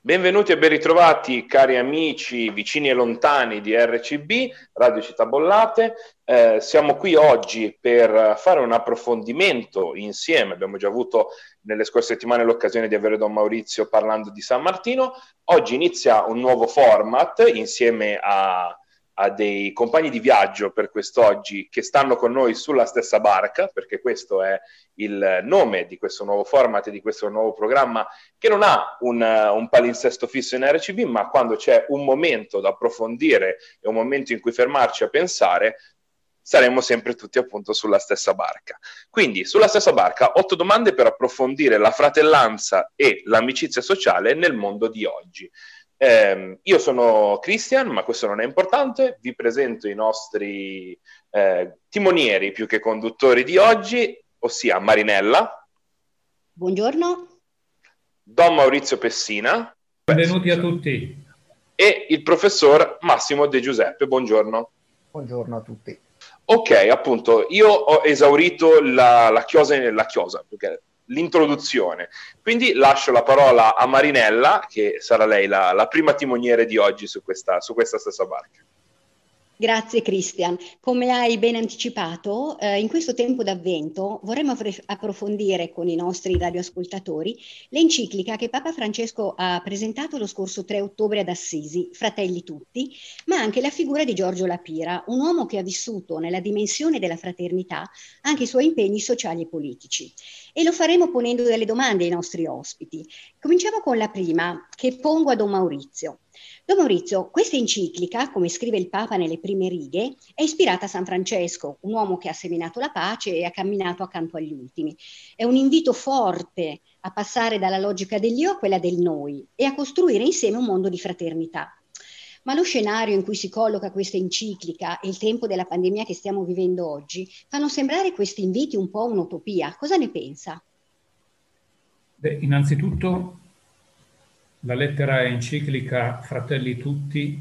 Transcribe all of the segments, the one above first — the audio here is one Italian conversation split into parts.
Benvenuti e ben ritrovati cari amici vicini e lontani di RCB, Radio Città Bollate. Siamo qui oggi per fare un approfondimento insieme. Abbiamo già avuto nelle scorse settimane l'occasione di avere Don Maurizio parlando di San Martino. Oggi inizia un nuovo format insieme a dei compagni di viaggio per quest'oggi che stanno con noi sulla stessa barca, perché questo è il nome di questo nuovo format e di questo nuovo programma che non ha un palinsesto fisso in RCB, ma quando c'è un momento da approfondire e un momento in cui fermarci a pensare, saremo sempre tutti appunto sulla stessa barca. Quindi sulla stessa barca 8 domande per approfondire la fratellanza e l'amicizia sociale nel mondo di oggi. Io sono Christian, ma questo non è importante, vi presento i nostri timonieri più che conduttori di oggi, ossia Marinella. Buongiorno. Don Maurizio Pessina. Benvenuti a tutti. E il professor Massimo De Giuseppe. Buongiorno. Buongiorno a tutti. Ok, appunto, io ho esaurito la chiosa, perché l'introduzione. Quindi lascio la parola a Marinella, che sarà lei la prima timoniere di oggi su questa stessa barca. Grazie Christian. Come hai ben anticipato, in questo tempo d'avvento vorremmo approfondire con i nostri radioascoltatori l'enciclica che Papa Francesco ha presentato lo scorso 3 ottobre ad Assisi, Fratelli Tutti, ma anche la figura di Giorgio La Pira, un uomo che ha vissuto nella dimensione della fraternità anche i suoi impegni sociali e politici. E lo faremo ponendo delle domande ai nostri ospiti. Cominciamo con la prima, che pongo a Don Maurizio. Don Maurizio, questa enciclica, come scrive il Papa nelle prime righe, è ispirata a San Francesco, un uomo che ha seminato la pace e ha camminato accanto agli ultimi. È un invito forte a passare dalla logica dell'io a quella del noi e a costruire insieme un mondo di fraternità. Ma lo scenario in cui si colloca questa enciclica e il tempo della pandemia che stiamo vivendo oggi fanno sembrare questi inviti un po' un'utopia. Cosa ne pensa? Beh, innanzitutto la lettera enciclica Fratelli Tutti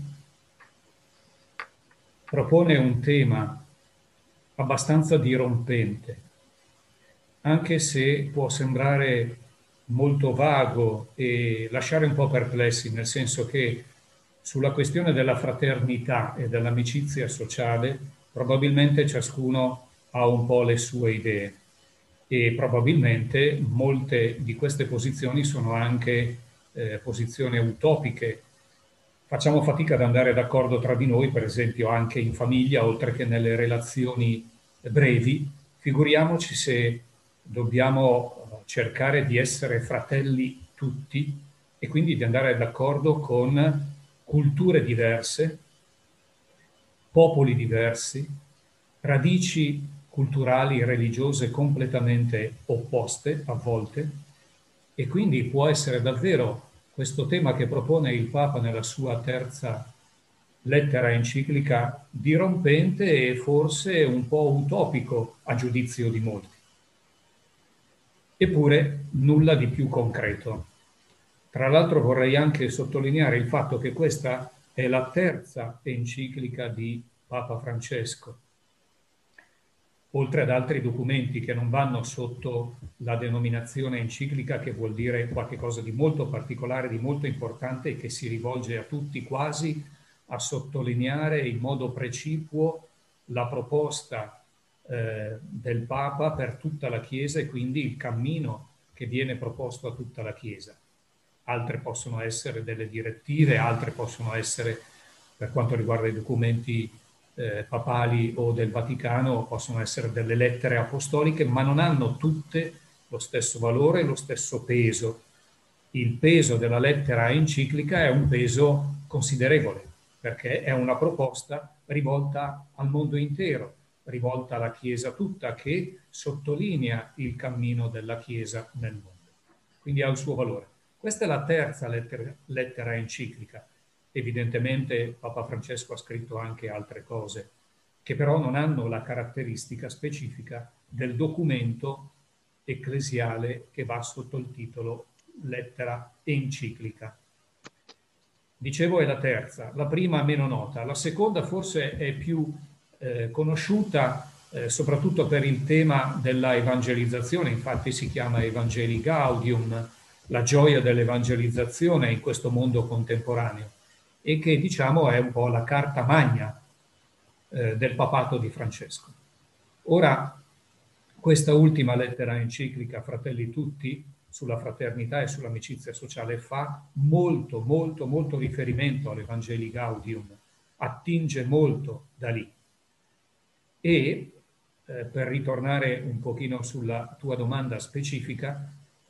propone un tema abbastanza dirompente, anche se può sembrare molto vago e lasciare un po' perplessi, nel senso che sulla questione della fraternità e dell'amicizia sociale probabilmente ciascuno ha un po' le sue idee e probabilmente molte di queste posizioni sono anche posizioni utopiche. Facciamo fatica ad andare d'accordo tra di noi, per esempio anche in famiglia, oltre che nelle relazioni brevi. Figuriamoci se dobbiamo cercare di essere fratelli tutti e quindi di andare d'accordo con culture diverse, popoli diversi, radici culturali e religiose completamente opposte a volte, e quindi può essere davvero questo tema che propone il Papa nella sua terza lettera enciclica dirompente e forse un po' utopico a giudizio di molti. Eppure nulla di più concreto. Tra l'altro vorrei anche sottolineare il fatto che questa è la terza enciclica di Papa Francesco, oltre ad altri documenti che non vanno sotto la denominazione enciclica, che vuol dire qualcosa di molto particolare, di molto importante e che si rivolge a tutti quasi a sottolineare in modo precipuo la proposta del Papa per tutta la Chiesa e quindi il cammino che viene proposto a tutta la Chiesa. Altre possono essere delle direttive, altre possono essere, per quanto riguarda i documenti papali o del Vaticano, possono essere delle lettere apostoliche, ma non hanno tutte lo stesso valore e lo stesso peso. Il peso della lettera enciclica è un peso considerevole, perché è una proposta rivolta al mondo intero, rivolta alla Chiesa tutta, che sottolinea il cammino della Chiesa nel mondo. Quindi ha il suo valore. Questa è la terza lettera enciclica. Evidentemente Papa Francesco ha scritto anche altre cose, che però non hanno la caratteristica specifica del documento ecclesiale che va sotto il titolo lettera enciclica. Dicevo è la terza, la prima meno nota, la seconda forse è più conosciuta soprattutto per il tema della evangelizzazione, infatti si chiama Evangelii Gaudium, la gioia dell'evangelizzazione in questo mondo contemporaneo e che, diciamo, è un po' la carta magna del papato di Francesco. Ora, questa ultima lettera enciclica Fratelli Tutti, sulla fraternità e sull'amicizia sociale, fa molto, molto, molto riferimento all'Evangelii Gaudium, attinge molto da lì. E per ritornare un pochino sulla tua domanda specifica,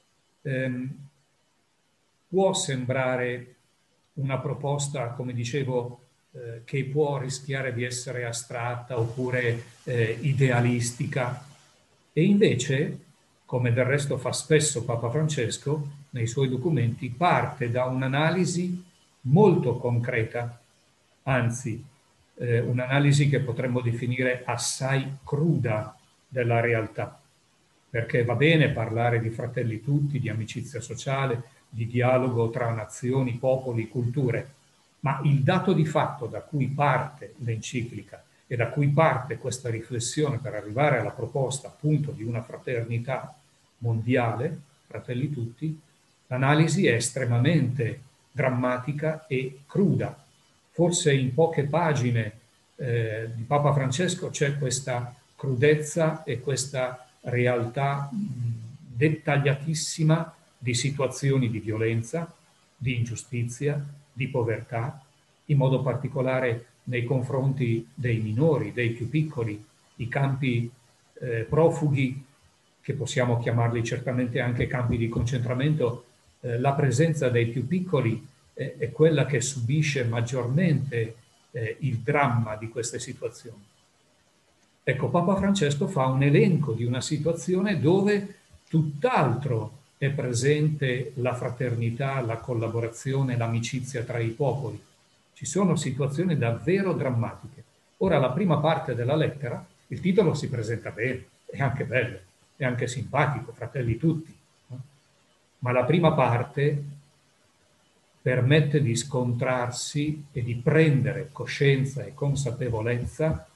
può sembrare una proposta, come dicevo, che può rischiare di essere astratta oppure idealistica, e invece, come del resto fa spesso Papa Francesco nei suoi documenti, parte da un'analisi molto concreta, anzi un'analisi che potremmo definire assai cruda della realtà, perché va bene parlare di fratelli tutti, di amicizia sociale, di dialogo tra nazioni, popoli, culture, ma il dato di fatto da cui parte l'enciclica e da cui parte questa riflessione per arrivare alla proposta appunto di una fraternità mondiale, fratelli tutti, l'analisi è estremamente drammatica e cruda. Forse in poche pagine di Papa Francesco c'è questa crudezza e questa realtà dettagliatissima di situazioni di violenza, di ingiustizia, di povertà, in modo particolare nei confronti dei minori, dei più piccoli, i campi profughi, che possiamo chiamarli certamente anche campi di concentramento. La presenza dei più piccoli è quella che subisce maggiormente il dramma di queste situazioni. Ecco, Papa Francesco fa un elenco di una situazione dove tutt'altro è presente la fraternità, la collaborazione, l'amicizia tra i popoli. Ci sono situazioni davvero drammatiche. Ora, la prima parte della lettera, il titolo si presenta bene, è anche bello, è anche simpatico, fratelli tutti, no? Ma la prima parte permette di scontrarsi e di prendere coscienza e consapevolezza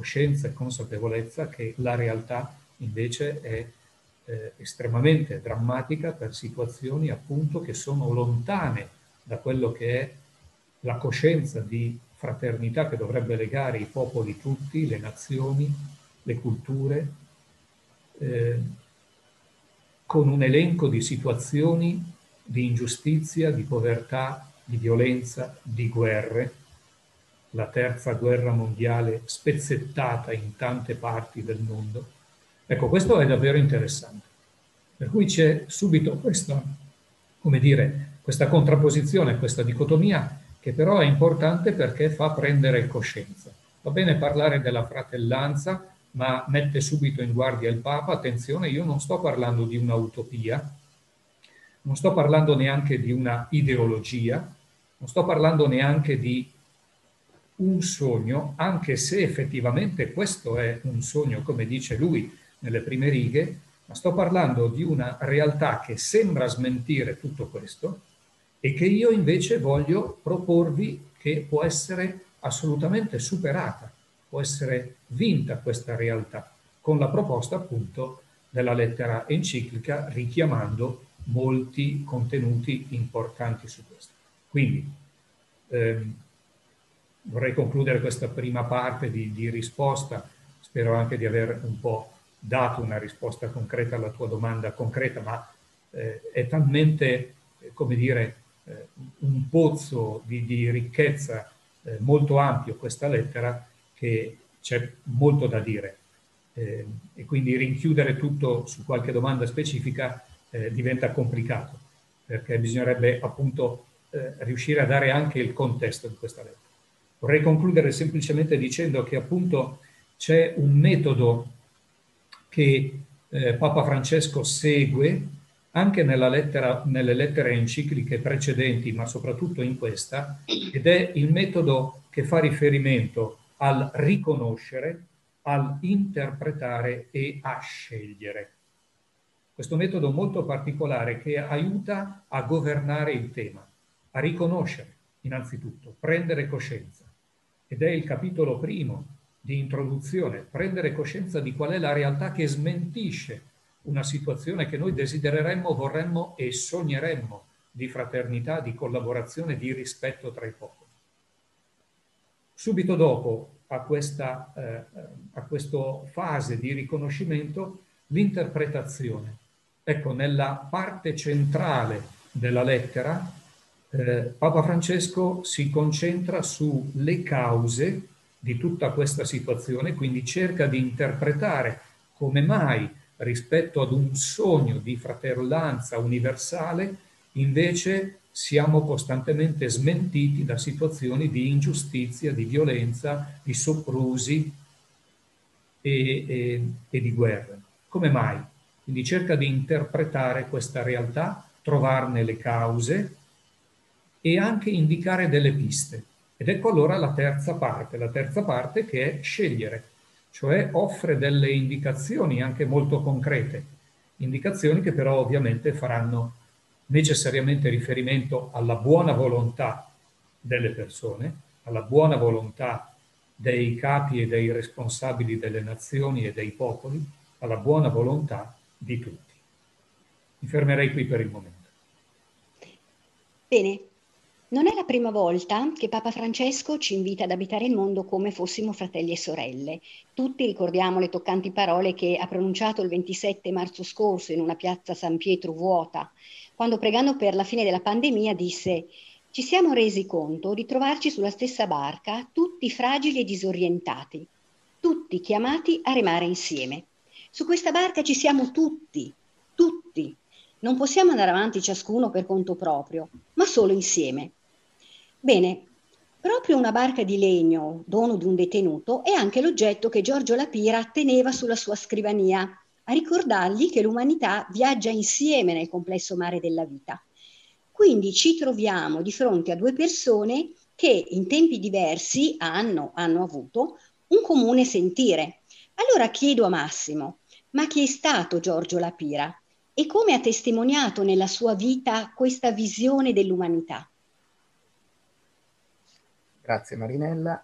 che la realtà invece è estremamente drammatica per situazioni appunto che sono lontane da quello che è la coscienza di fraternità che dovrebbe legare i popoli tutti, le nazioni, le culture, con un elenco di situazioni di ingiustizia, di povertà, di violenza, di guerre, la terza guerra mondiale spezzettata in tante parti del mondo. Ecco, questo è davvero interessante. Per cui c'è subito questa, come dire, questa contrapposizione, questa dicotomia, che però è importante perché fa prendere coscienza. Va bene parlare della fratellanza, ma mette subito in guardia il Papa: attenzione, io non sto parlando di una utopia, non sto parlando neanche di una ideologia, non sto parlando neanche di un sogno, anche se effettivamente questo è un sogno, come dice lui nelle prime righe, ma sto parlando di una realtà che sembra smentire tutto questo e che io invece voglio proporvi che può essere assolutamente superata, può essere vinta questa realtà, con la proposta appunto della lettera enciclica, richiamando molti contenuti importanti su questo. Quindi vorrei concludere questa prima parte di risposta, spero anche di aver un po' dato una risposta concreta alla tua domanda concreta, ma è talmente, come dire, un pozzo di ricchezza molto ampio questa lettera che c'è molto da dire. E quindi rinchiudere tutto su qualche domanda specifica diventa complicato, perché bisognerebbe appunto riuscire a dare anche il contesto di questa lettera. Vorrei concludere semplicemente dicendo che appunto c'è un metodo che Papa Francesco segue anche nelle lettere encicliche precedenti, ma soprattutto in questa, ed è il metodo che fa riferimento al riconoscere, al interpretare e a scegliere. Questo metodo molto particolare che aiuta a governare il tema, a riconoscere innanzitutto, prendere coscienza. Ed è il capitolo primo di introduzione, prendere coscienza di qual è la realtà che smentisce una situazione che noi desidereremmo, vorremmo e sogneremmo di fraternità, di collaborazione, di rispetto tra i popoli. Subito dopo a questa fase di riconoscimento, l'interpretazione. Ecco, nella parte centrale della lettera, Papa Francesco si concentra sulle cause di tutta questa situazione, quindi cerca di interpretare come mai rispetto ad un sogno di fratellanza universale invece siamo costantemente smentiti da situazioni di ingiustizia, di violenza, di soprusi e di guerre. Come mai? Quindi cerca di interpretare questa realtà, trovarne le cause e anche indicare delle piste. Ed ecco allora la terza parte che è scegliere, cioè offre delle indicazioni anche molto concrete, indicazioni che però ovviamente faranno necessariamente riferimento alla buona volontà delle persone, alla buona volontà dei capi e dei responsabili delle nazioni e dei popoli, alla buona volontà di tutti. Mi fermerei qui per il momento. Bene, non è la prima volta che Papa Francesco ci invita ad abitare il mondo come fossimo fratelli e sorelle. Tutti ricordiamo le toccanti parole che ha pronunciato il 27 marzo scorso in una piazza San Pietro vuota, quando pregando per la fine della pandemia disse: ci siamo resi conto di trovarci sulla stessa barca, tutti fragili e disorientati, tutti chiamati a remare insieme. Su questa barca ci siamo tutti, tutti. Non possiamo andare avanti ciascuno per conto proprio, ma solo insieme. Bene, proprio una barca di legno, dono di un detenuto, è anche l'oggetto che Giorgio La Pira teneva sulla sua scrivania, a ricordargli che l'umanità viaggia insieme nel complesso mare della vita. Quindi ci troviamo di fronte a due persone che in tempi diversi hanno avuto un comune sentire. Allora chiedo a Massimo, ma chi è stato Giorgio La Pira? E come ha testimoniato nella sua vita questa visione dell'umanità? Grazie Marinella.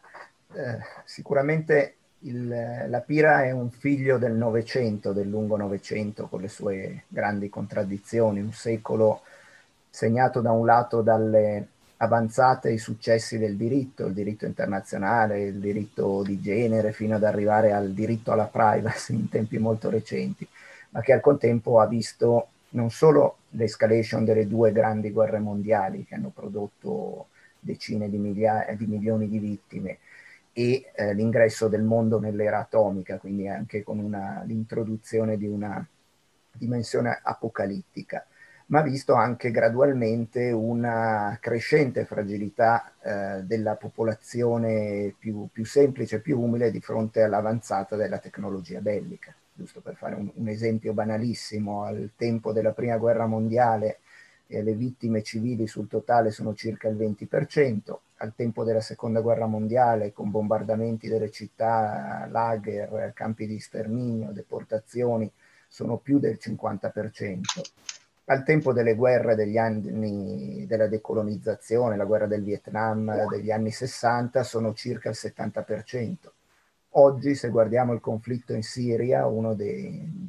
Sicuramente la Pira è un figlio del Novecento, del lungo Novecento, con le sue grandi contraddizioni, un secolo segnato da un lato dalle avanzate e i successi del diritto, il diritto internazionale, il diritto di genere, fino ad arrivare al diritto alla privacy in tempi molto recenti, ma che al contempo ha visto non solo l'escalation delle due grandi guerre mondiali che hanno prodotto decine di milioni di vittime e l'ingresso del mondo nell'era atomica, quindi anche con l'introduzione di una dimensione apocalittica, ma ha visto anche gradualmente una crescente fragilità della popolazione più semplice, più umile di fronte all'avanzata della tecnologia bellica. Giusto per fare un esempio banalissimo, al tempo della Prima Guerra Mondiale le vittime civili sul totale sono circa il 20%, al tempo della Seconda Guerra Mondiale con bombardamenti delle città, lager, campi di sterminio, deportazioni, sono più del 50%. Al tempo delle guerre degli anni della decolonizzazione, la guerra del Vietnam degli anni 60, sono circa il 70%. Oggi, se guardiamo il conflitto in Siria, uno dei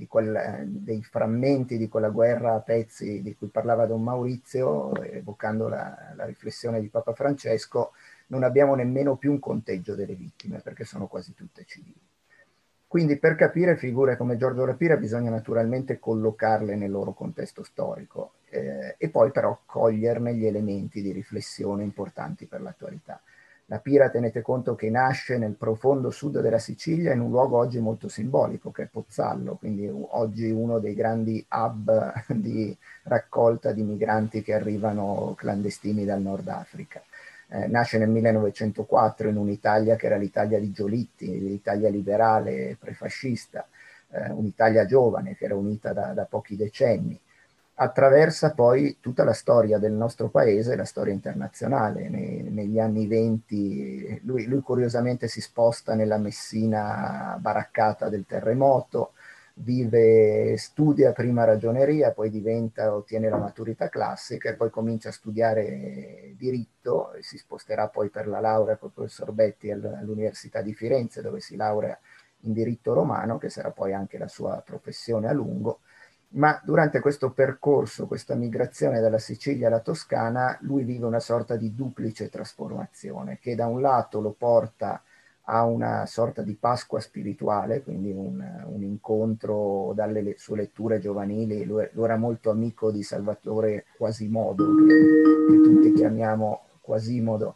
frammenti di quella guerra a pezzi di cui parlava Don Maurizio, evocando la riflessione di Papa Francesco, non abbiamo nemmeno più un conteggio delle vittime, perché sono quasi tutte civili. Quindi per capire figure come Giorgio La Pira bisogna naturalmente collocarle nel loro contesto storico e poi però coglierne gli elementi di riflessione importanti per l'attualità. La Pira, tenete conto che nasce nel profondo sud della Sicilia in un luogo oggi molto simbolico che è Pozzallo, quindi oggi uno dei grandi hub di raccolta di migranti che arrivano clandestini dal Nord Africa. Nasce nel 1904 in un'Italia che era l'Italia di Giolitti, l'Italia liberale prefascista, un'Italia giovane che era unita da pochi decenni. Attraversa poi tutta la storia del nostro paese, la storia internazionale. Negli anni 20 lui curiosamente si sposta nella Messina baraccata del terremoto, studia prima ragioneria, poi ottiene la maturità classica e poi comincia a studiare diritto e si sposterà poi per la laurea col professor Betti all'Università di Firenze, dove si laurea in diritto romano, che sarà poi anche la sua professione a lungo. ma durante questo percorso, questa migrazione dalla Sicilia alla Toscana, lui vive una sorta di duplice trasformazione, che da un lato lo porta a una sorta di Pasqua spirituale, quindi un incontro dalle sue letture giovanili. Lui era molto amico di Salvatore Quasimodo, che tutti chiamiamo Quasimodo,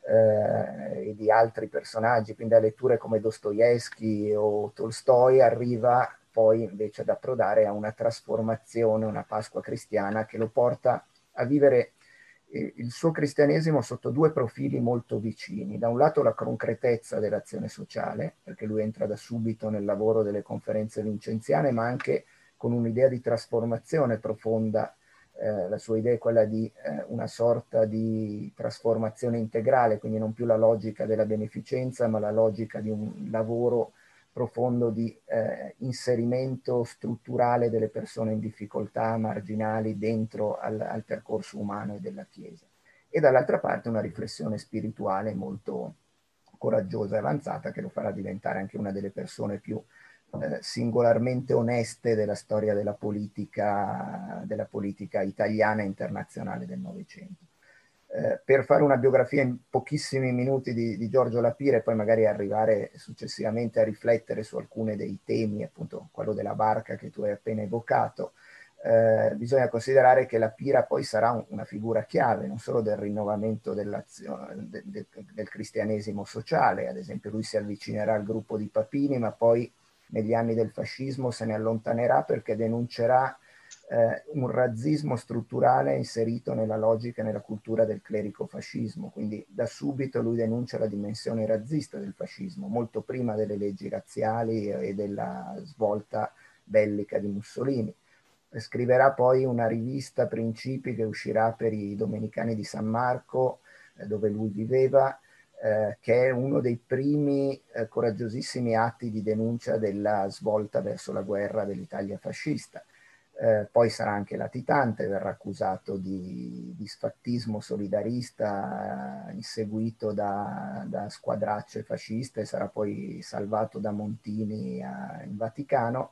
e di altri personaggi, quindi da letture come Dostoevsky o Tolstoi arriva poi invece ad approdare a una trasformazione, una Pasqua cristiana che lo porta a vivere il suo cristianesimo sotto due profili molto vicini. Da un lato la concretezza dell'azione sociale, perché lui entra da subito nel lavoro delle conferenze vincenziane, ma anche con un'idea di trasformazione profonda. La sua idea è quella di una sorta di trasformazione integrale, quindi non più la logica della beneficenza, ma la logica di un lavoro profondo di inserimento strutturale delle persone in difficoltà, marginali, dentro al percorso umano e della Chiesa. E dall'altra parte una riflessione spirituale molto coraggiosa e avanzata, che lo farà diventare anche una delle persone più singolarmente oneste della storia della politica italiana e internazionale del Novecento. Per fare una biografia in pochissimi minuti di Giorgio Lapire e poi magari arrivare successivamente a riflettere su alcuni dei temi, appunto quello della barca che tu hai appena evocato, bisogna considerare che Lapira poi sarà una figura chiave non solo del rinnovamento dell'azione del cristianesimo sociale. Ad esempio lui si avvicinerà al gruppo di Papini, ma poi negli anni del fascismo se ne allontanerà perché denuncerà un razzismo strutturale inserito nella logica e nella cultura del clericofascismo. Quindi da subito lui denuncia la dimensione razzista del fascismo, molto prima delle leggi razziali e della svolta bellica di Mussolini. Scriverà poi una rivista, Principi, che uscirà per i domenicani di San Marco, dove lui viveva, che è uno dei primi coraggiosissimi atti di denuncia della svolta verso la guerra dell'Italia fascista. Poi sarà anche latitante, verrà accusato di sfattismo solidarista, inseguito da squadracce fasciste, sarà poi salvato da Montini in Vaticano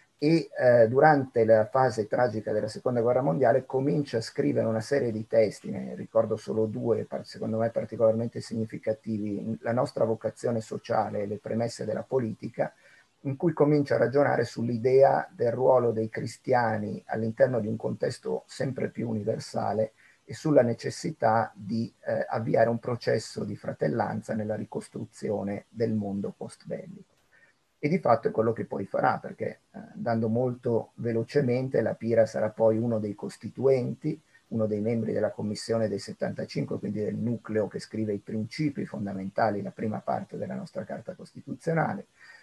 e durante la fase tragica della Seconda Guerra Mondiale comincia a scrivere una serie di testi, ne ricordo solo due, secondo me particolarmente significativi: La nostra vocazione sociale e le premesse della politica, in cui comincia a ragionare sull'idea del ruolo dei cristiani all'interno di un contesto sempre più universale e sulla necessità di avviare un processo di fratellanza nella ricostruzione del mondo post-bellico. E di fatto è quello che poi farà, perché andando molto velocemente, Lapira sarà poi uno dei costituenti, uno dei membri della commissione dei 75, quindi del nucleo che scrive i principi fondamentali, la prima parte della nostra Carta Costituzionale.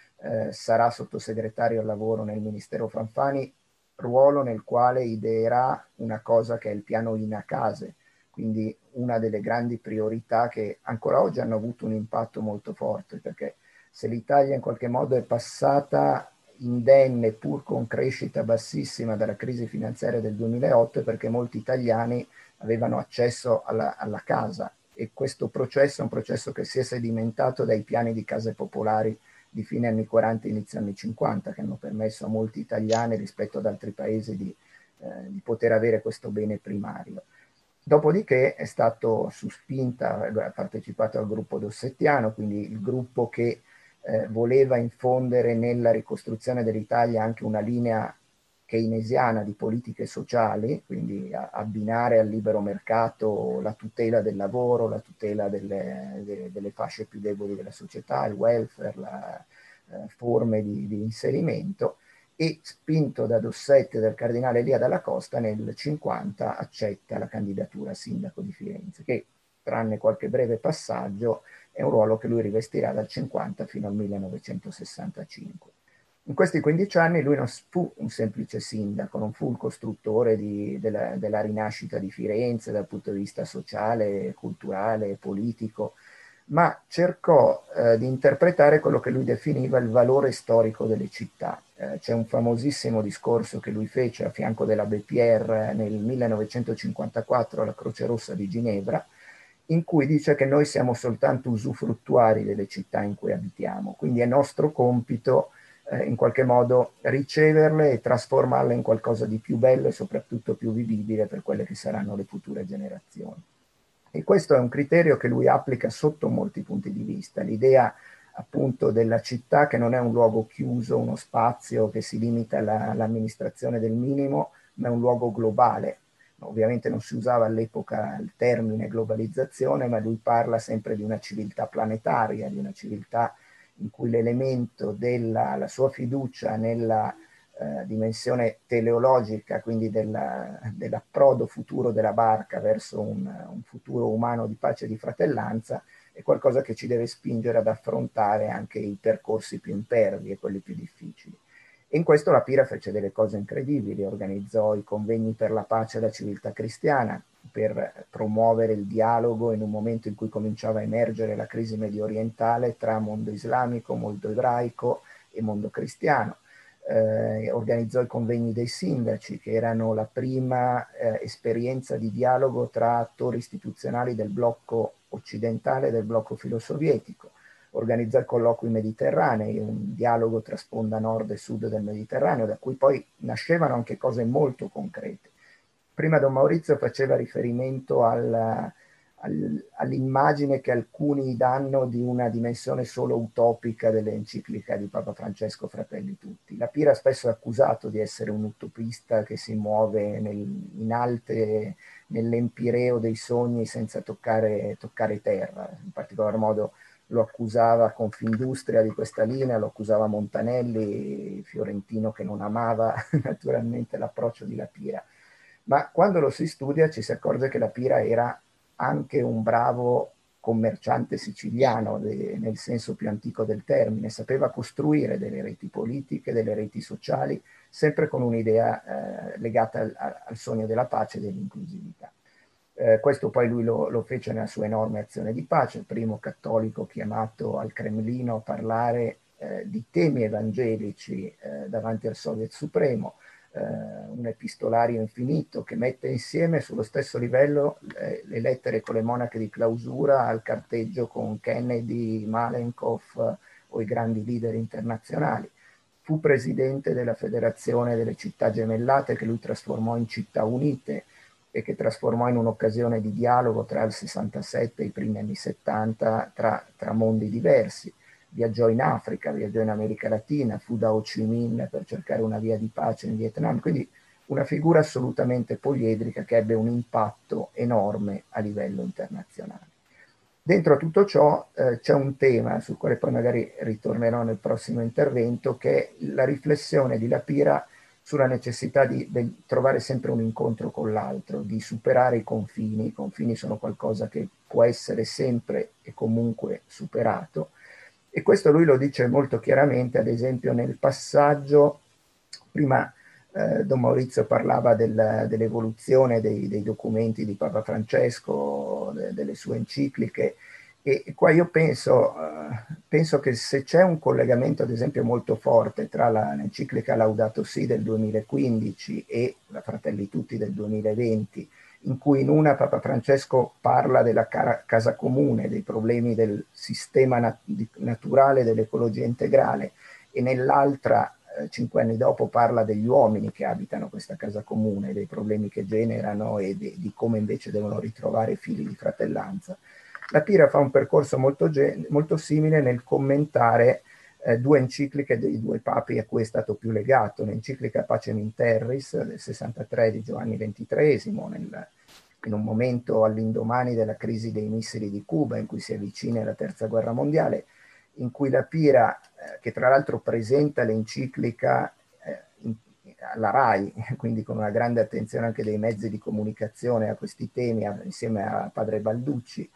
Sarà sottosegretario al lavoro nel Ministero Fanfani, ruolo nel quale ideerà una cosa che è il piano Inacase, quindi una delle grandi priorità che ancora oggi hanno avuto un impatto molto forte, perché se l'Italia in qualche modo è passata indenne pur con crescita bassissima dalla crisi finanziaria del 2008 è perché molti italiani avevano accesso alla casa, e questo processo è un processo che si è sedimentato dai piani di case popolari di fine anni 40 e inizio anni 50, che hanno permesso a molti italiani rispetto ad altri paesi di poter avere questo bene primario. Dopodiché è stato su spinta, ha partecipato al gruppo Dossettiano, quindi il gruppo che voleva infondere nella ricostruzione dell'Italia anche una linea keynesiana di politiche sociali, quindi abbinare al libero mercato la tutela del lavoro, la tutela delle fasce più deboli della società, il welfare, forme di inserimento, e spinto da Dossetti e dal cardinale Elia Dalla Costa nel 50 accetta la candidatura a sindaco di Firenze, che tranne qualche breve passaggio è un ruolo che lui rivestirà dal 50 fino al 1965. In questi 15 anni lui non fu un semplice sindaco, non fu il costruttore della rinascita di Firenze dal punto di vista sociale, culturale, politico, ma cercò di interpretare quello che lui definiva il valore storico delle città. C'è un famosissimo discorso che lui fece a fianco dell'Abbé Pierre nel 1954 alla Croce Rossa di Ginevra, in cui dice che noi siamo soltanto usufruttuari delle città in cui abitiamo, quindi è nostro compito in qualche modo riceverle e trasformarle in qualcosa di più bello e soprattutto più vivibile per quelle che saranno le future generazioni. E questo è un criterio che lui applica sotto molti punti di vista. L'idea appunto della città che non è un luogo chiuso, uno spazio che si limita all'amministrazione del minimo, ma è un luogo globale. Ovviamente non si usava all'epoca il termine globalizzazione, ma lui parla sempre di una civiltà planetaria, di una civiltà in cui l'elemento della sua fiducia nella dimensione teleologica, quindi dell'approdo futuro della barca verso un futuro umano di pace e di fratellanza, è qualcosa che ci deve spingere ad affrontare anche i percorsi più impervi e quelli più difficili. E in questo la Pira fece delle cose incredibili, organizzò i convegni per la pace e la civiltà cristiana, per promuovere il dialogo in un momento in cui cominciava a emergere la crisi medio orientale tra mondo islamico, mondo ebraico e mondo cristiano. Organizzò i convegni dei sindaci, che erano la prima esperienza di dialogo tra attori istituzionali del blocco occidentale e del blocco filosovietico. Organizzò i colloqui mediterranei, un dialogo tra sponda nord e sud del Mediterraneo, da cui poi nascevano anche cose molto concrete. Prima Don Maurizio faceva riferimento all'immagine che alcuni danno di una dimensione solo utopica dell'enciclica di Papa Francesco Fratelli Tutti. La Pira spesso è accusato di essere un utopista che si muove in alte, nell'empireo dei sogni senza toccare terra. In particolar modo lo accusava Confindustria di questa linea, lo accusava Montanelli, fiorentino che non amava naturalmente l'approccio di La Pira. Ma quando lo si studia ci si accorge che La Pira era anche un bravo commerciante siciliano, nel senso più antico del termine, sapeva costruire delle reti politiche, delle reti sociali, sempre con un'idea legata al sogno della pace e dell'inclusività. Questo poi lui lo fece nella sua enorme azione di pace, il primo cattolico chiamato al Cremlino a parlare di temi evangelici davanti al Soviet Supremo, un epistolario infinito che mette insieme sullo stesso livello le lettere con le monache di clausura al carteggio con Kennedy, Malenkov o i grandi leader internazionali. Fu presidente della Federazione delle Città Gemellate, che lui trasformò in Città Unite e che trasformò in un'occasione di dialogo tra il 67 e i primi anni 70 tra mondi diversi. Viaggiò in Africa, viaggiò in America Latina, fu da Ho Chi Minh per cercare una via di pace in Vietnam, quindi una figura assolutamente poliedrica che ebbe un impatto enorme a livello internazionale. Dentro a tutto ciò c'è un tema sul quale poi magari ritornerò nel prossimo intervento, che è la riflessione di La Pira sulla necessità di trovare sempre un incontro con l'altro, di superare i confini. I confini sono qualcosa che può essere sempre e comunque superato, e questo lui lo dice molto chiaramente, ad esempio nel passaggio, prima Don Maurizio parlava dell'evoluzione dei documenti di Papa Francesco, delle sue encicliche, e qua io penso che se c'è un collegamento ad esempio molto forte tra l'enciclica Laudato Si del 2015 e la Fratelli Tutti del 2020, in cui in una Papa Francesco parla della casa comune, dei problemi del sistema naturale, dell'ecologia integrale, e nell'altra, 5 anni dopo, parla degli uomini che abitano questa casa comune, dei problemi che generano e di come invece devono ritrovare fili di fratellanza. La Pira fa un percorso molto simile nel commentare due encicliche dei due papi a cui è stato più legato: l'enciclica Pacem in Terris del 63 di Giovanni XXIII, in un momento all'indomani della crisi dei missili di Cuba, in cui si avvicina alla terza guerra mondiale, in cui La Pira, che tra l'altro presenta l'enciclica alla RAI, quindi con una grande attenzione anche dei mezzi di comunicazione a questi temi, insieme a padre Balducci,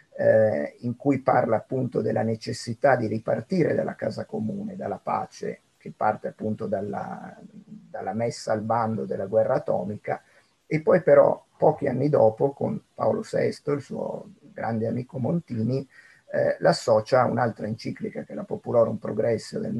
in cui parla appunto della necessità di ripartire dalla casa comune, dalla pace, che parte appunto dalla messa al bando della guerra atomica, e poi però pochi anni dopo, con Paolo VI, il suo grande amico Montini, l'associa a un'altra enciclica, che è la Populorum Progressio del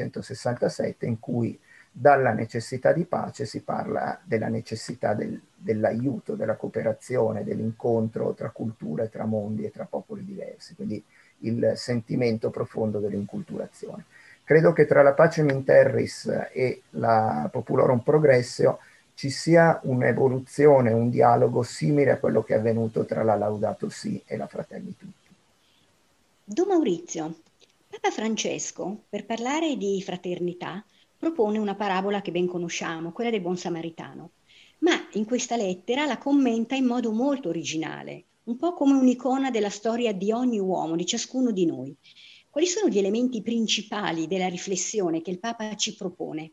1967, in cui dalla necessità di pace si parla della necessità dell'aiuto, della cooperazione, dell'incontro tra culture, tra mondi e tra popoli diversi, quindi il sentimento profondo dell'inculturazione. credo che tra la Pacem in Terris e la Populorum Progressio ci sia un'evoluzione, un dialogo simile a quello che è avvenuto tra la Laudato Si e la Fratelli Tutti. Don Maurizio, Papa Francesco, per parlare di fraternità, propone una parabola che ben conosciamo, quella del buon samaritano, ma in questa lettera la commenta in modo molto originale, un po' come un'icona della storia di ogni uomo, di ciascuno di noi. Quali sono gli elementi principali della riflessione che il Papa ci propone?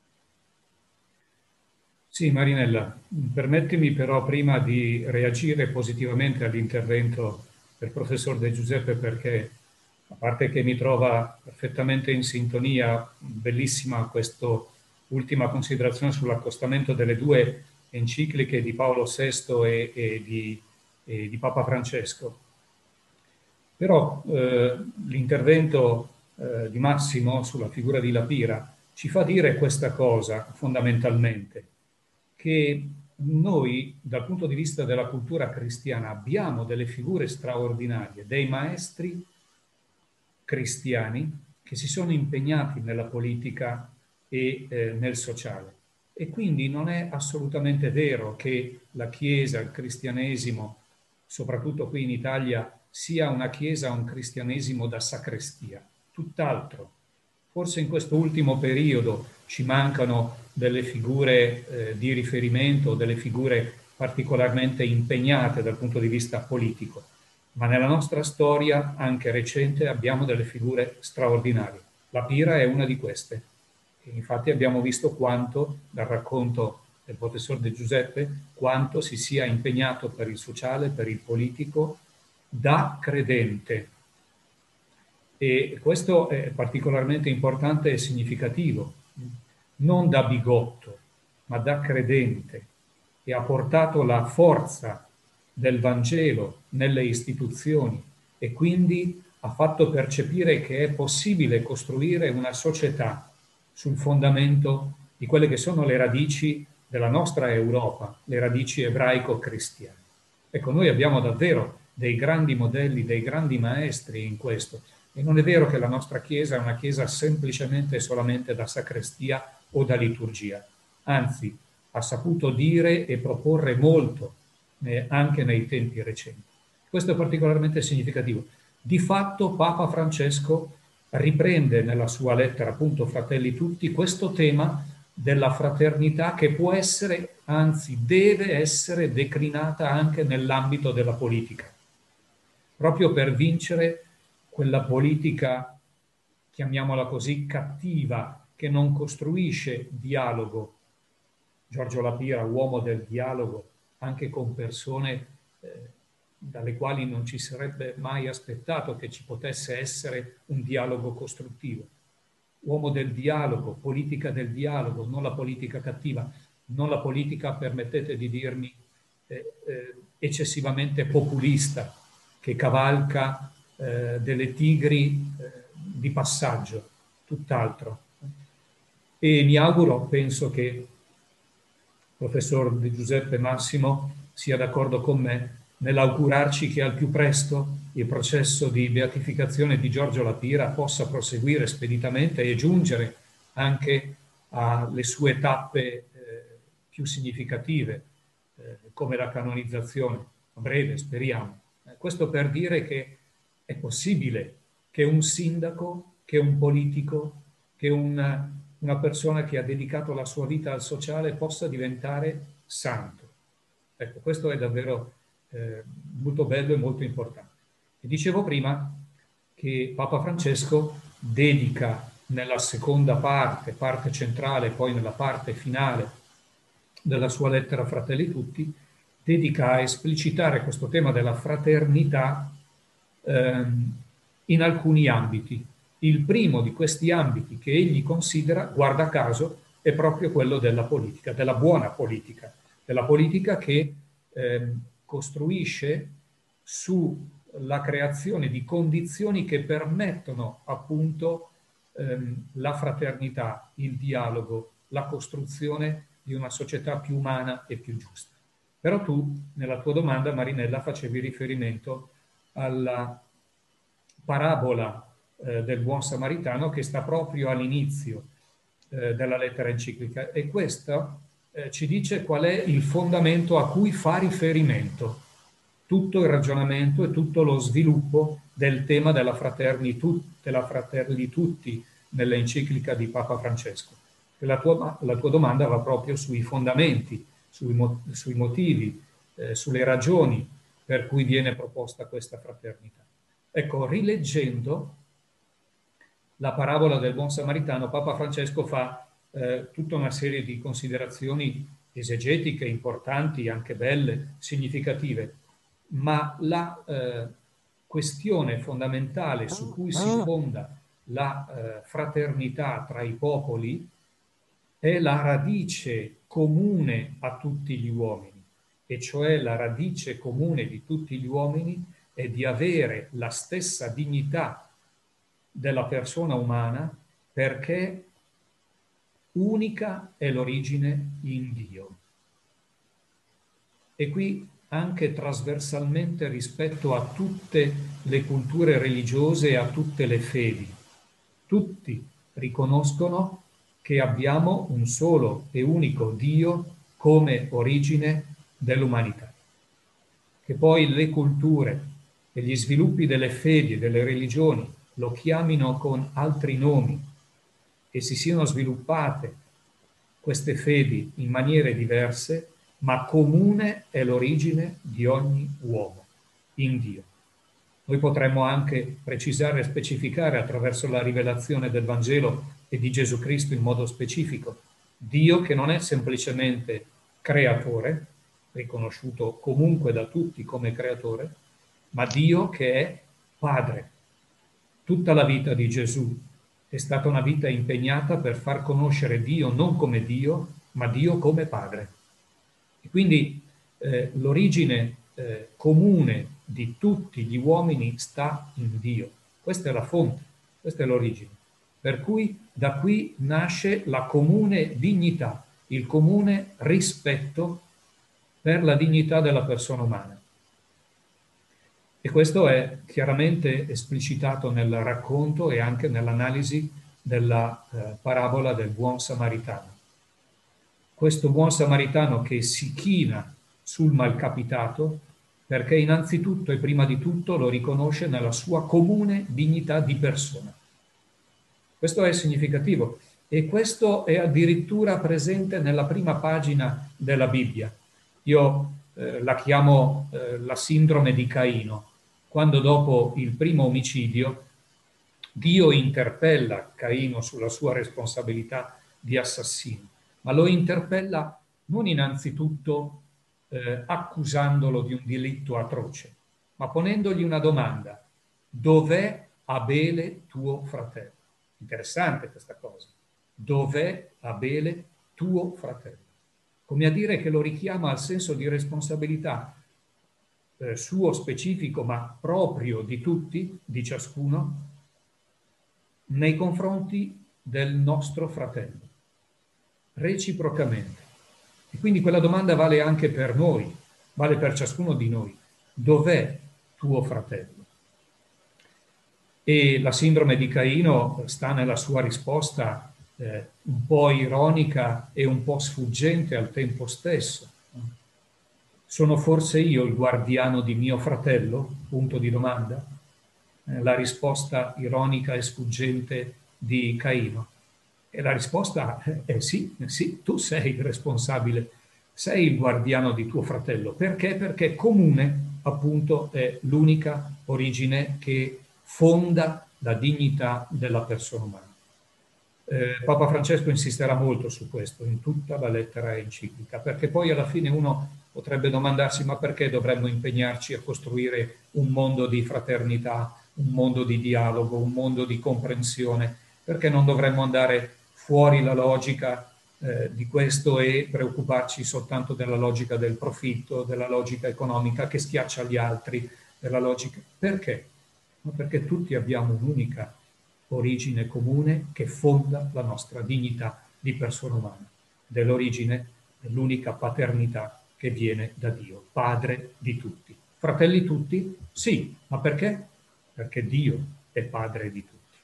Sì, Marinella, permettimi però prima di reagire positivamente all'intervento del professor De Giuseppe, perché a parte che mi trova perfettamente in sintonia, bellissima questa ultima considerazione sull'accostamento delle due encicliche di Paolo VI e di Papa Francesco. Però l'intervento di Massimo sulla figura di Lapira ci fa dire questa cosa fondamentalmente, che noi dal punto di vista della cultura cristiana abbiamo delle figure straordinarie, dei maestri cristiani che si sono impegnati nella politica e nel sociale. E quindi non è assolutamente vero che la Chiesa, il cristianesimo, soprattutto qui in Italia, sia una Chiesa, un cristianesimo da sacrestia. Tutt'altro. Forse in questo ultimo periodo ci mancano delle figure di riferimento, delle figure particolarmente impegnate dal punto di vista politico, ma nella nostra storia, anche recente, abbiamo delle figure straordinarie. La Pira è una di queste. E infatti abbiamo visto quanto, dal racconto del professor De Giuseppe, quanto si sia impegnato per il sociale, per il politico, da credente. E questo è particolarmente importante e significativo, non da bigotto, ma da credente, e ha portato la forza del Vangelo nelle istituzioni e quindi ha fatto percepire che è possibile costruire una società sul fondamento di quelle che sono le radici della nostra Europa, le radici ebraico-cristiane. Ecco, noi abbiamo davvero dei grandi modelli, dei grandi maestri in questo. E non è vero che la nostra Chiesa è una Chiesa semplicemente e solamente da sacrestia o da liturgia. Anzi, ha saputo dire e proporre molto anche nei tempi recenti. Questo è particolarmente significativo. Di fatto Papa Francesco riprende nella sua lettera, appunto, Fratelli Tutti, questo tema della fraternità che può essere, anzi deve essere declinata anche nell'ambito della politica, proprio per vincere quella politica, chiamiamola così, cattiva, che non costruisce dialogo. Giorgio Lapira, uomo del dialogo, anche con persone dalle quali non ci sarebbe mai aspettato che ci potesse essere un dialogo costruttivo. Uomo del dialogo, politica del dialogo, non la politica cattiva, non la politica, permettete di dirmi, eccessivamente populista, che cavalca delle tigri di passaggio, tutt'altro. E mi auguro, penso che il professor Di Giuseppe Massimo sia d'accordo con me nell'augurarci che al più presto il processo di beatificazione di Giorgio Lapira possa proseguire speditamente e giungere anche alle sue tappe più significative, come la canonizzazione, a breve speriamo. Questo per dire che è possibile che un sindaco, che un politico, che una persona che ha dedicato la sua vita al sociale possa diventare santo. Ecco, questo è davvero molto bello e molto importante. E dicevo prima che Papa Francesco dedica nella seconda parte centrale, poi nella parte finale della sua lettera Fratelli Tutti, dedica a esplicitare questo tema della fraternità in alcuni ambiti. Il primo di questi ambiti che egli considera, guarda caso, è proprio quello della politica, della buona politica, della politica che costruisce sulla creazione di condizioni che permettono appunto la fraternità, il dialogo, la costruzione di una società più umana e più giusta. Però tu, nella tua domanda, Marinella, facevi riferimento alla parabola del Buon Samaritano, che sta proprio all'inizio della lettera enciclica, e questo ci dice qual è il fondamento a cui fa riferimento tutto il ragionamento e tutto lo sviluppo del tema della Fratelli Tutti nell'enciclica di Papa Francesco. La tua domanda va proprio sui fondamenti, sui motivi, sulle ragioni per cui viene proposta questa fraternità. Ecco, rileggendo la parabola del Buon Samaritano, Papa Francesco fa tutta una serie di considerazioni esegetiche importanti, anche belle, significative, ma la questione fondamentale su cui si fonda la fraternità tra i popoli è la radice comune a tutti gli uomini, e cioè la radice comune di tutti gli uomini è di avere la stessa dignità della persona umana, perché unica è l'origine in Dio. E qui anche trasversalmente rispetto a tutte le culture religiose e a tutte le fedi, tutti riconoscono che abbiamo un solo e unico Dio come origine dell'umanità. Che poi le culture e gli sviluppi delle fedi e delle religioni lo chiamino con altri nomi e si siano sviluppate queste fedi in maniere diverse, ma comune è l'origine di ogni uomo, in Dio. Noi potremmo anche precisare e specificare attraverso la rivelazione del Vangelo e di Gesù Cristo in modo specifico, Dio che non è semplicemente creatore, riconosciuto comunque da tutti come creatore, ma Dio che è Padre. Tutta la vita di Gesù è stata una vita impegnata per far conoscere Dio non come Dio, ma Dio come Padre. E quindi l'origine comune di tutti gli uomini sta in Dio. Questa è la fonte, questa è l'origine. Per cui da qui nasce la comune dignità, il comune rispetto per la dignità della persona umana. E questo è chiaramente esplicitato nel racconto e anche nell'analisi della parabola del Buon Samaritano. Questo Buon Samaritano che si china sul malcapitato perché innanzitutto e prima di tutto lo riconosce nella sua comune dignità di persona. Questo è significativo e questo è addirittura presente nella prima pagina della Bibbia. Io la chiamo la sindrome di Caino, quando dopo il primo omicidio Dio interpella Caino sulla sua responsabilità di assassino, ma lo interpella non innanzitutto accusandolo di un delitto atroce, ma ponendogli una domanda: dov'è Abele tuo fratello? Interessante questa cosa. Dov'è Abele tuo fratello? Come a dire che lo richiama al senso di responsabilità suo specifico, ma proprio di tutti, di ciascuno, nei confronti del nostro fratello, reciprocamente. E quindi quella domanda vale anche per noi, vale per ciascuno di noi. Dov'è tuo fratello? E la sindrome di Caino sta nella sua risposta un po' ironica e un po' sfuggente al tempo stesso. Sono forse io il guardiano di mio fratello? Punto di domanda. La risposta ironica e sfuggente di Caino. E la risposta è sì, tu sei il responsabile, sei il guardiano di tuo fratello. Perché? Perché comune, appunto, è l'unica origine che fonda la dignità della persona umana. Papa Francesco insisterà molto su questo in tutta la lettera enciclica, perché poi alla fine uno potrebbe domandarsi: ma perché dovremmo impegnarci a costruire un mondo di fraternità, un mondo di dialogo, un mondo di comprensione? Perché non dovremmo andare fuori la logica di questo e preoccuparci soltanto della logica del profitto, della logica economica che schiaccia gli altri, della logica... Perché? Ma perché tutti abbiamo un'unica origine comune che fonda la nostra dignità di persona umana, dell'origine dell'unica paternità che viene da Dio, Padre di tutti. Fratelli tutti? Sì, ma perché? Perché Dio è Padre di tutti.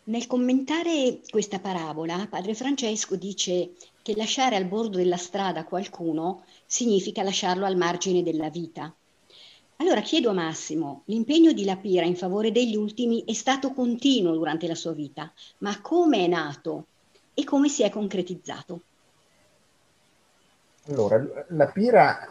Nel commentare questa parabola, padre Francesco dice che lasciare al bordo della strada qualcuno significa lasciarlo al margine della vita. Allora chiedo a Massimo, l'impegno di Lapira in favore degli ultimi è stato continuo durante la sua vita, ma come è nato e come si è concretizzato? Allora, la Pira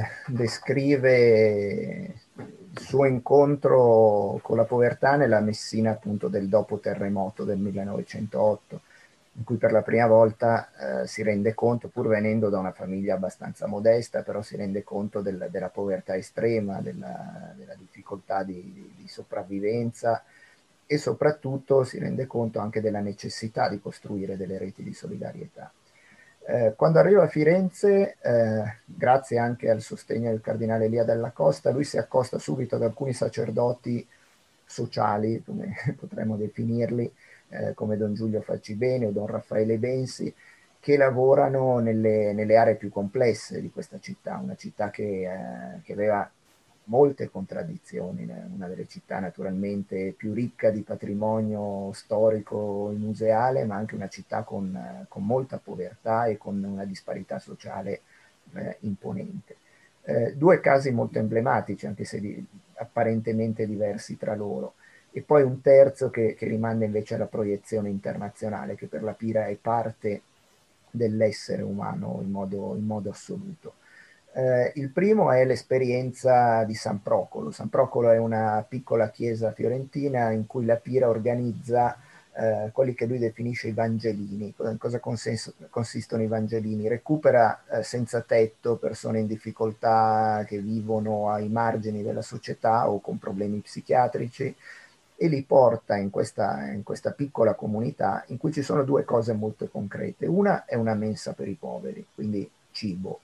descrive il suo incontro con la povertà nella Messina appunto del dopo terremoto del 1908, in cui per la prima volta si rende conto, pur venendo da una famiglia abbastanza modesta, però si rende conto della povertà estrema, della difficoltà di sopravvivenza e soprattutto si rende conto anche della necessità di costruire delle reti di solidarietà. Quando arriva a Firenze, grazie anche al sostegno del cardinale Elia Della Costa, lui si accosta subito ad alcuni sacerdoti sociali, come potremmo definirli, come Don Giulio Facibene o Don Raffaele Bensi, che lavorano nelle aree più complesse di questa città, una città che aveva molte contraddizioni, una delle città naturalmente più ricca di patrimonio storico e museale, ma anche una città con molta povertà e con una disparità sociale imponente. Due casi molto emblematici, anche se apparentemente diversi tra loro, e poi un terzo che rimanda invece alla proiezione internazionale, che per la Pira è parte dell'essere umano in modo assoluto. Il primo è l'esperienza di San Procolo. San Procolo è una piccola chiesa fiorentina in cui la Pira organizza quelli che lui definisce i Vangelini. Cosa consistono i Vangelini? Recupera senza tetto persone in difficoltà che vivono ai margini della società o con problemi psichiatrici e li porta in questa piccola comunità in cui ci sono due cose molto concrete. Una è una mensa per i poveri, quindi cibo,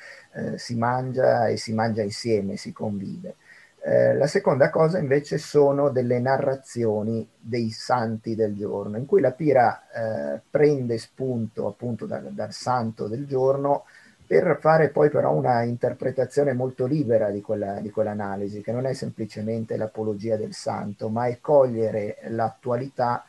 si mangia e si mangia insieme, si convive. La seconda cosa invece sono delle narrazioni dei santi del giorno, in cui la Pira prende spunto appunto dal santo del giorno per fare poi però una interpretazione molto libera di quell'analisi, che non è semplicemente l'apologia del santo, ma è cogliere l'attualità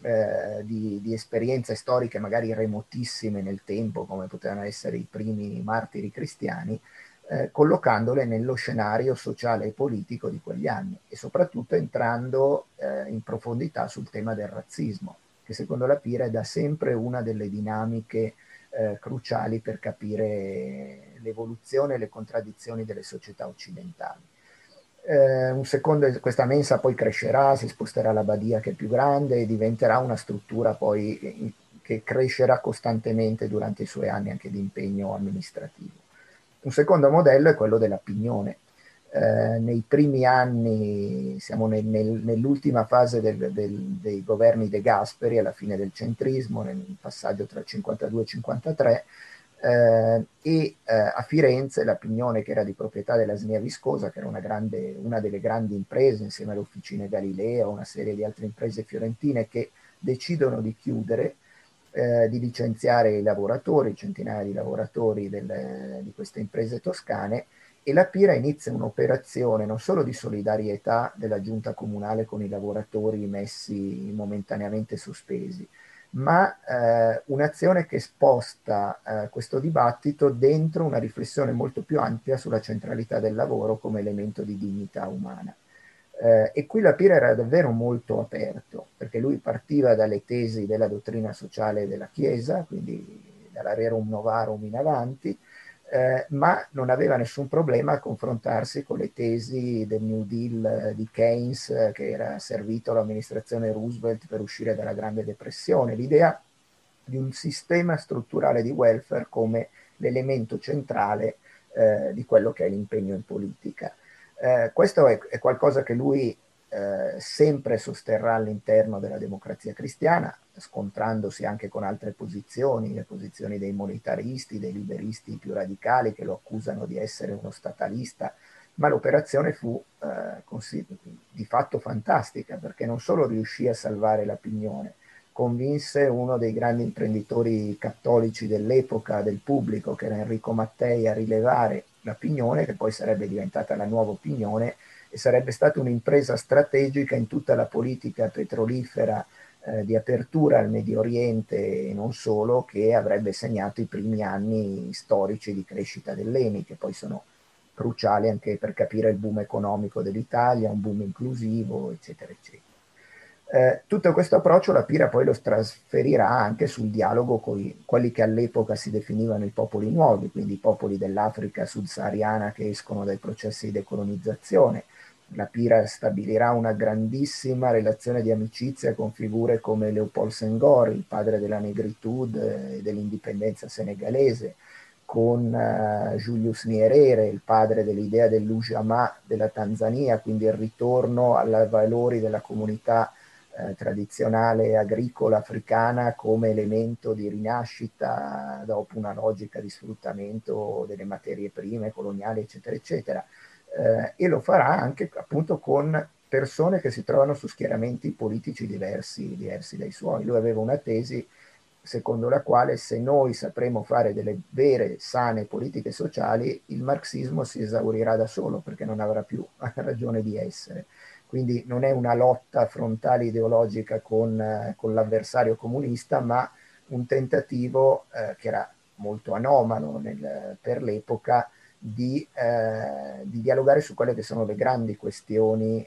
di esperienze storiche magari remotissime nel tempo, come potevano essere i primi martiri cristiani, collocandole nello scenario sociale e politico di quegli anni e soprattutto entrando in profondità sul tema del razzismo, che secondo la Pira è da sempre una delle dinamiche cruciali per capire l'evoluzione e le contraddizioni delle società occidentali. Un secondo, questa mensa poi crescerà, si sposterà alla Badia che è più grande e diventerà una struttura poi che crescerà costantemente durante i suoi anni anche di impegno amministrativo. Un secondo modello è quello della Pignone. Nei primi anni, siamo nell'ultima fase dei governi De Gasperi, alla fine del centrismo, nel passaggio tra il 52 e il 53, a Firenze la Pignone, che era di proprietà della Snia Viscosa, che era una delle grandi imprese insieme alle Officine Galileo, una serie di altre imprese fiorentine che decidono di chiudere, di licenziare i lavoratori, centinaia di lavoratori di queste imprese toscane, e la Pira inizia un'operazione non solo di solidarietà della giunta comunale con i lavoratori messi momentaneamente sospesi, ma un'azione che sposta questo dibattito dentro una riflessione molto più ampia sulla centralità del lavoro come elemento di dignità umana. E qui la Pira era davvero molto aperto, perché lui partiva dalle tesi della dottrina sociale della Chiesa, quindi dalla Rerum Novarum in avanti, ma non aveva nessun problema a confrontarsi con le tesi del New Deal di Keynes, che era servito all'amministrazione Roosevelt per uscire dalla Grande Depressione, l'idea di un sistema strutturale di welfare come l'elemento centrale di quello che è l'impegno in politica. Questo è qualcosa che lui sempre sosterrà all'interno della Democrazia Cristiana, scontrandosi anche con altre posizioni, le posizioni dei monetaristi, dei liberisti più radicali che lo accusano di essere uno statalista, ma l'operazione fu di fatto fantastica, perché non solo riuscì a salvare la Pignone, convinse uno dei grandi imprenditori cattolici dell'epoca, del pubblico, che era Enrico Mattei, a rilevare la Pignone, che poi sarebbe diventata la nuova Pignone, e sarebbe stata un'impresa strategica in tutta la politica petrolifera di apertura al Medio Oriente e non solo, che avrebbe segnato i primi anni storici di crescita dell'ENI, che poi sono cruciali anche per capire il boom economico dell'Italia, un boom inclusivo, eccetera, eccetera. Tutto questo approccio la Pira poi lo trasferirà anche sul dialogo con quelli che all'epoca si definivano i popoli nuovi, quindi i popoli dell'Africa subsahariana che escono dai processi di decolonizzazione. La Pira stabilirà una grandissima relazione di amicizia con figure come Léopold Senghor, il padre della negritude e dell'indipendenza senegalese, con Julius Nyerere, il padre dell'idea dell'Ujamaa della Tanzania, quindi il ritorno ai valori della comunità tradizionale agricola africana come elemento di rinascita dopo una logica di sfruttamento delle materie prime coloniali, eccetera, eccetera. E lo farà anche appunto con persone che si trovano su schieramenti politici diversi dai suoi. Lui aveva una tesi secondo la quale se noi sapremo fare delle vere, sane politiche sociali, il marxismo si esaurirà da solo perché non avrà più ragione di essere. Quindi non è una lotta frontale ideologica con l'avversario comunista, ma un tentativo che era molto anomalo per l'epoca di dialogare su quelle che sono le grandi questioni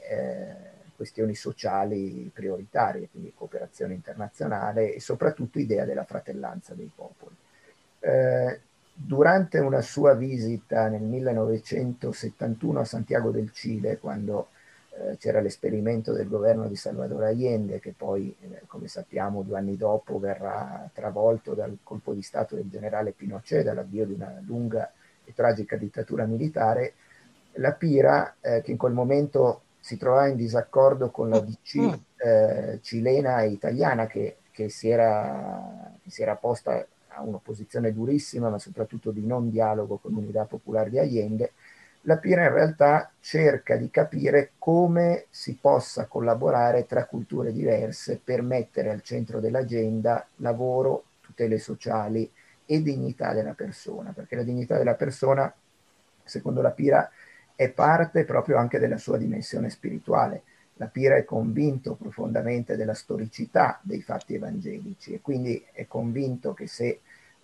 sociali prioritarie, quindi cooperazione internazionale e soprattutto idea della fratellanza dei popoli. Durante una sua visita nel 1971 a Santiago del Cile, quando c'era l'esperimento del governo di Salvador Allende, che poi, come sappiamo, 2 anni dopo verrà travolto dal colpo di Stato del generale Pinochet, dall'avvio di una lunga e tragica dittatura militare. La Pira, che in quel momento si trovava in disaccordo con la DC cilena e italiana, che si era posta a un'opposizione durissima, ma soprattutto di non dialogo con l'Unità Popolare di Allende, la Pira in realtà cerca di capire come si possa collaborare tra culture diverse per mettere al centro dell'agenda lavoro, tutele sociali e dignità della persona, perché la dignità della persona, secondo la Pira, è parte proprio anche della sua dimensione spirituale. La Pira è convinto profondamente della storicità dei fatti evangelici e quindi è convinto che se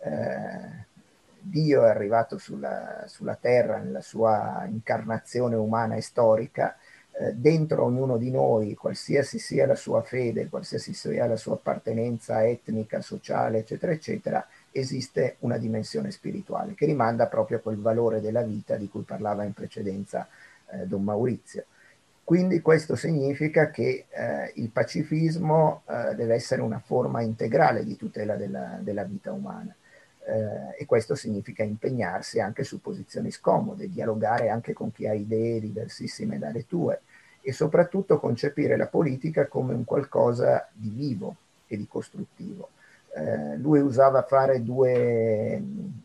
Dio è arrivato sulla terra nella sua incarnazione umana e storica, dentro ognuno di noi, qualsiasi sia la sua fede, qualsiasi sia la sua appartenenza etnica, sociale, eccetera, eccetera, esiste una dimensione spirituale che rimanda proprio a quel valore della vita di cui parlava in precedenza Don Maurizio. Quindi questo significa che il pacifismo deve essere una forma integrale di tutela della vita umana. E questo significa impegnarsi anche su posizioni scomode, dialogare anche con chi ha idee diversissime dalle tue e soprattutto concepire la politica come un qualcosa di vivo e di costruttivo. Lui usava fare due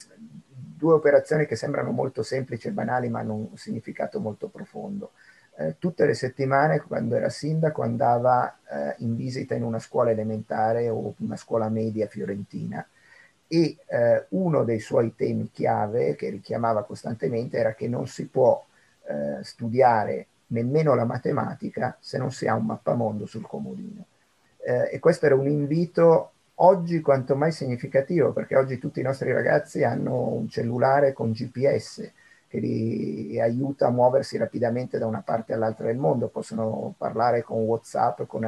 operazioni che sembrano molto semplici e banali, ma hanno un significato molto profondo. Tutte le settimane, quando era sindaco, andava in visita in una scuola elementare o una scuola media fiorentina e uno dei suoi temi chiave che richiamava costantemente era che non si può studiare nemmeno la matematica se non si ha un mappamondo sul comodino. E questo era un invito oggi quanto mai significativo, perché oggi tutti i nostri ragazzi hanno un cellulare con GPS che li aiuta a muoversi rapidamente da una parte all'altra del mondo, possono parlare con WhatsApp con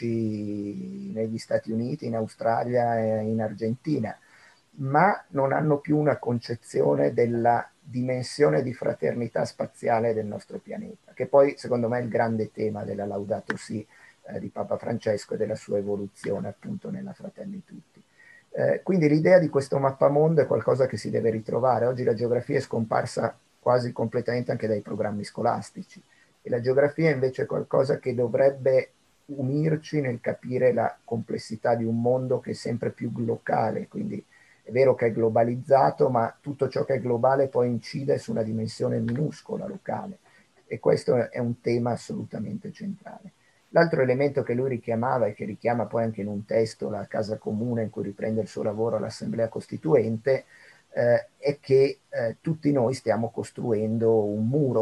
amici negli Stati Uniti, in Australia e in Argentina, ma non hanno più una concezione della dimensione di fraternità spaziale del nostro pianeta, che poi secondo me è il grande tema della Laudato Si di Papa Francesco e della sua evoluzione appunto nella Fratelli Tutti. Quindi l'idea di questo mappamondo è qualcosa che si deve ritrovare. Oggi la geografia è scomparsa quasi completamente anche dai programmi scolastici e la geografia invece è qualcosa che dovrebbe unirci nel capire la complessità di un mondo che è sempre più locale, quindi è vero che è globalizzato, ma tutto ciò che è globale poi incide su una dimensione minuscola, locale, e questo è un tema assolutamente centrale. L'altro elemento che lui richiamava e che richiama poi anche in un testo, la Casa Comune, in cui riprende il suo lavoro all'Assemblea Costituente, è che tutti noi stiamo costruendo un muro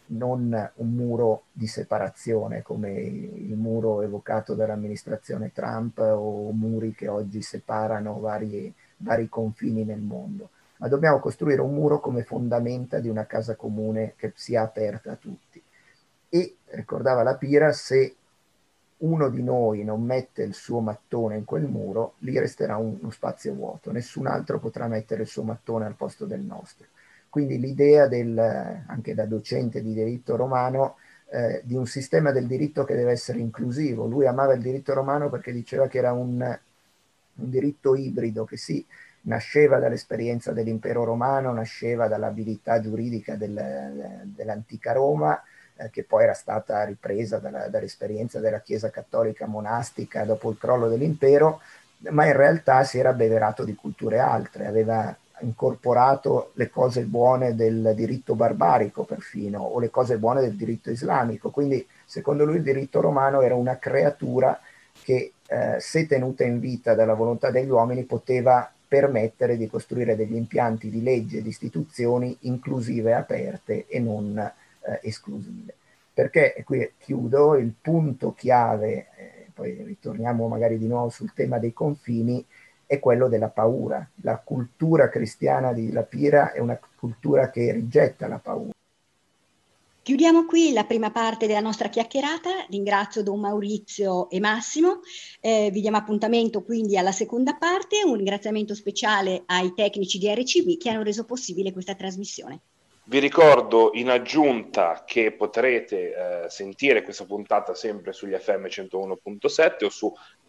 non un muro di separazione come il muro evocato dall'amministrazione Trump o muri che oggi separano vari confini nel mondo, ma dobbiamo costruire un muro come fondamenta di una casa comune che sia aperta a tutti. E ricordava la Pira, se uno di noi non mette il suo mattone in quel muro, lì resterà uno spazio vuoto, nessun altro potrà mettere il suo mattone al posto del nostro. Quindi l'idea anche da docente di diritto romano, di un sistema del diritto che deve essere inclusivo. Lui amava il diritto romano perché diceva che era un diritto ibrido, che sì, nasceva dall'esperienza dell'impero romano, nasceva dall'abilità giuridica dell'antica Roma, che poi era stata ripresa dall'esperienza della Chiesa cattolica monastica dopo il crollo dell'impero, ma in realtà si era abbeverato di culture altre, aveva incorporato le cose buone del diritto barbarico perfino, o le cose buone del diritto islamico. Quindi secondo lui il diritto romano era una creatura che se tenuta in vita dalla volontà degli uomini poteva permettere di costruire degli impianti di legge e di istituzioni inclusive, aperte e non esclusive. Perché, e qui chiudo, il punto chiave, poi ritorniamo magari di nuovo sul tema dei confini, è quello della paura. La cultura cristiana di La Pira è una cultura che rigetta la paura. Chiudiamo qui la prima parte della nostra chiacchierata. Ringrazio Don Maurizio e Massimo. Vi diamo appuntamento quindi alla seconda parte. Un ringraziamento speciale ai tecnici di RCB che hanno reso possibile questa trasmissione. Vi ricordo in aggiunta che potrete sentire questa puntata sempre sugli FM 101.7 o su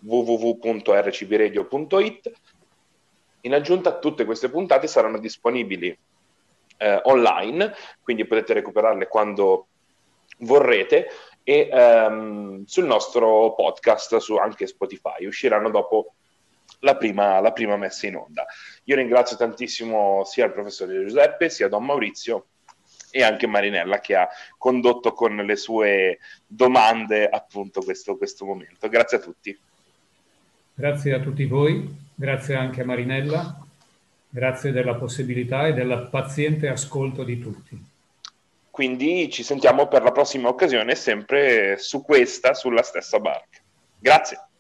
www.rcbradio.it. In aggiunta, tutte queste puntate saranno disponibili online, quindi potete recuperarle quando vorrete, e sul nostro podcast su anche Spotify. Usciranno dopo la prima messa in onda. Io ringrazio tantissimo sia il professore Giuseppe, sia Don Maurizio e anche Marinella che ha condotto con le sue domande appunto questo momento. Grazie a tutti. Grazie a tutti voi, grazie anche a Marinella, grazie della possibilità e del paziente ascolto di tutti. Quindi ci sentiamo per la prossima occasione, sempre sulla stessa barca. Grazie.